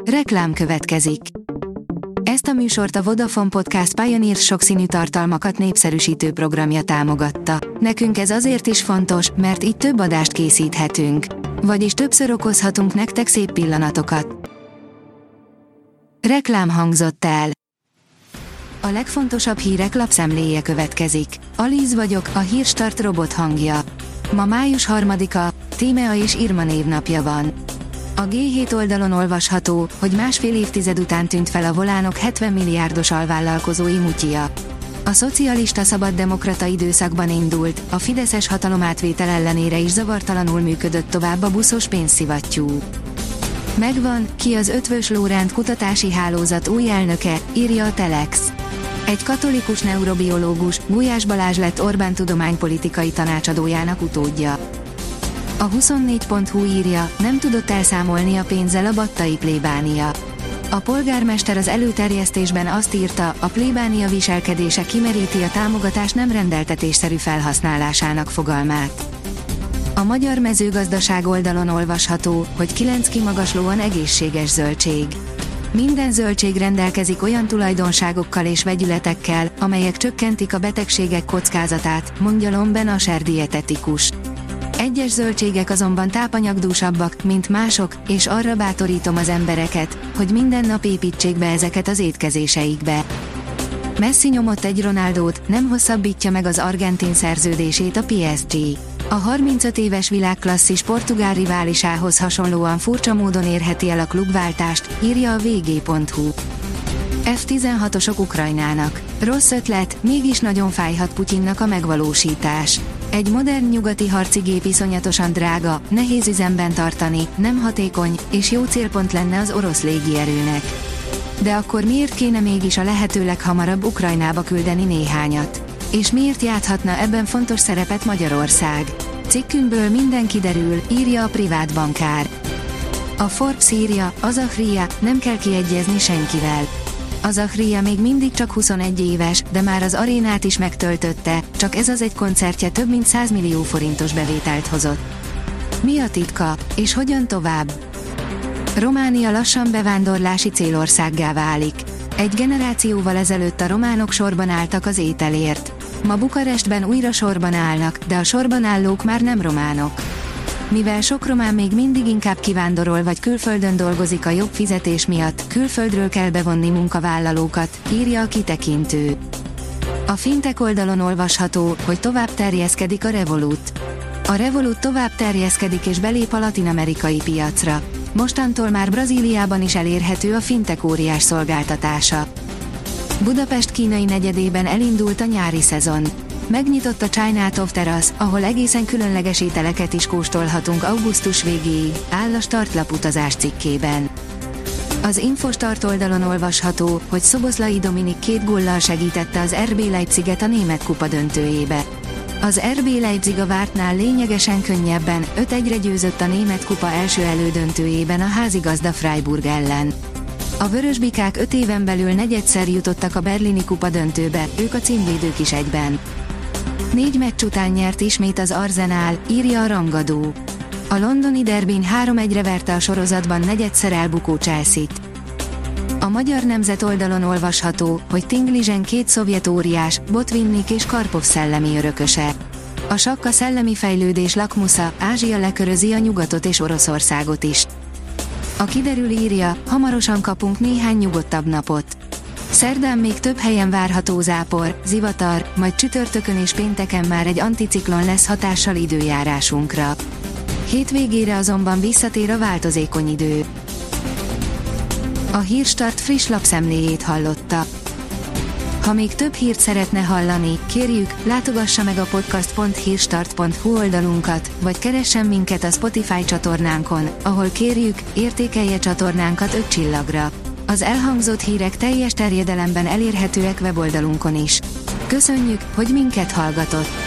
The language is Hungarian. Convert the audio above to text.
Reklám következik. Ezt a műsort a Vodafone Podcast Pioneer sokszínű tartalmakat népszerűsítő programja támogatta. Nekünk ez azért is fontos, mert így több adást készíthetünk. Vagyis többször okozhatunk nektek szép pillanatokat. Reklám hangzott el. A legfontosabb hírek lapszemléje következik. Alíz vagyok, a Hírstart robot hangja. Ma május 3-a, Tímea és Irma névnapja van. A G7 oldalon olvasható, hogy másfél évtized után tűnt fel a Volánok 70 milliárdos alvállalkozói mutija. A szocialista szabaddemokrata időszakban indult, a fideszes hatalomátvétel ellenére is zavartalanul működött tovább a buszos pénzszivattyú. Megvan, ki az Eötvös Loránd kutatási hálózat új elnöke, írja a Telex. Egy katolikus neurobiológus, Gulyás Balázs lett Orbán tudománypolitikai tanácsadójának utódja. A 24.hu írja, nem tudott elszámolni a pénzzel a battai plébánia. A polgármester az előterjesztésben azt írta, a plébánia viselkedése kimeríti a támogatás nem rendeltetésszerű felhasználásának fogalmát. A magyar mezőgazdaság oldalon olvasható, hogy 9 kimagaslóan egészséges zöldség. Minden zöldség rendelkezik olyan tulajdonságokkal és vegyületekkel, amelyek csökkentik a betegségek kockázatát, mondja Lomben Aser dietetikus. Egyes zöldségek azonban tápanyagdúsabbak, mint mások, és arra bátorítom az embereket, hogy minden nap építsék be ezeket az étkezéseikbe. Messi nyomott egy Ronaldót, nem hosszabbítja meg az argentin szerződését a PSG. A 35 éves világklasszis portugál riválisához hasonlóan furcsa módon érheti el a klubváltást, írja a vg.hu. F-16-osok Ukrajnának. Rossz ötlet, mégis nagyon fájhat Putyinnak a megvalósítás. Egy modern nyugati harci gép iszonyatosan drága, nehéz üzemben tartani, nem hatékony, és jó célpont lenne az orosz légierőnek. De akkor miért kéne mégis a lehető leghamarabb Ukrajnába küldeni néhányat? És miért játhatna ebben fontos szerepet Magyarország? Cikkünkből minden kiderül, írja a privát bankár. A Forbes írja, Azahria, nem kell kiegyezni senkivel. Azahria még mindig csak 21 éves, de már az arénát is megtöltötte, csak ez az egy koncertje több mint 100 millió forintos bevételt hozott. Mi a titka, és hogyan tovább? Románia lassan bevándorlási célországgá válik. Egy generációval ezelőtt a románok sorban álltak az ételért. Ma Bukarestben újra sorban állnak, de a sorban állók már nem románok. Mivel sok román még mindig inkább kivándorol vagy külföldön dolgozik a jobb fizetés miatt, külföldről kell bevonni munkavállalókat, írja a Kitekintő. A Fintech oldalon olvasható, hogy tovább terjeszkedik a Revolut. A Revolut tovább terjeszkedik és belép a latin-amerikai piacra. Mostantól már Brazíliában is elérhető a Fintech óriás szolgáltatása. Budapest kínai negyedében elindult a nyári szezon. Megnyitott a Chinatown Terrace, ahol egészen különleges ételeket is kóstolhatunk augusztus végéig, áll a Startlap utazás cikkében. Az Infostart oldalon olvasható, hogy Szoboszlai Dominik 2 góllal segítette az RB Leipziget a német kupa döntőjébe. Az RB Leipzig a vártnál lényegesen könnyebben, 5-1-re győzött a német kupa első elődöntőjében a házigazda Freiburg ellen. A vörösbikák 5 éven belül negyedszer jutottak a berlini kupa döntőbe, ők a címvédők is egyben. 4 meccs után nyert ismét az Arsenal, írja a rangadó. A londoni derbin 3-1-re verte a sorozatban negyedszer elbukó Chelsea-t. A Magyar Nemzet oldalon olvasható, hogy Tinglizen 2 szovjet óriás, Botvinnik és Karpov szellemi örököse. A sakk a szellemi fejlődés lakmusza, Ázsia lekörözi a nyugatot és Oroszországot is. A Kiderül írja, hamarosan kapunk néhány nyugodtabb napot. Szerdán még több helyen várható zápor, zivatar, majd csütörtökön és pénteken már egy anticiklon lesz hatással időjárásunkra. Hétvégére azonban visszatér a változékony idő. A Hírstart friss lapszemléjét hallotta. Ha még több hírt szeretne hallani, kérjük, látogassa meg a podcast.hírstart.hu oldalunkat, vagy keressen minket a Spotify csatornánkon, ahol kérjük, értékelje csatornánkat 5 csillagra. Az elhangzott hírek teljes terjedelemben elérhetőek weboldalunkon is. Köszönjük, hogy minket hallgatott!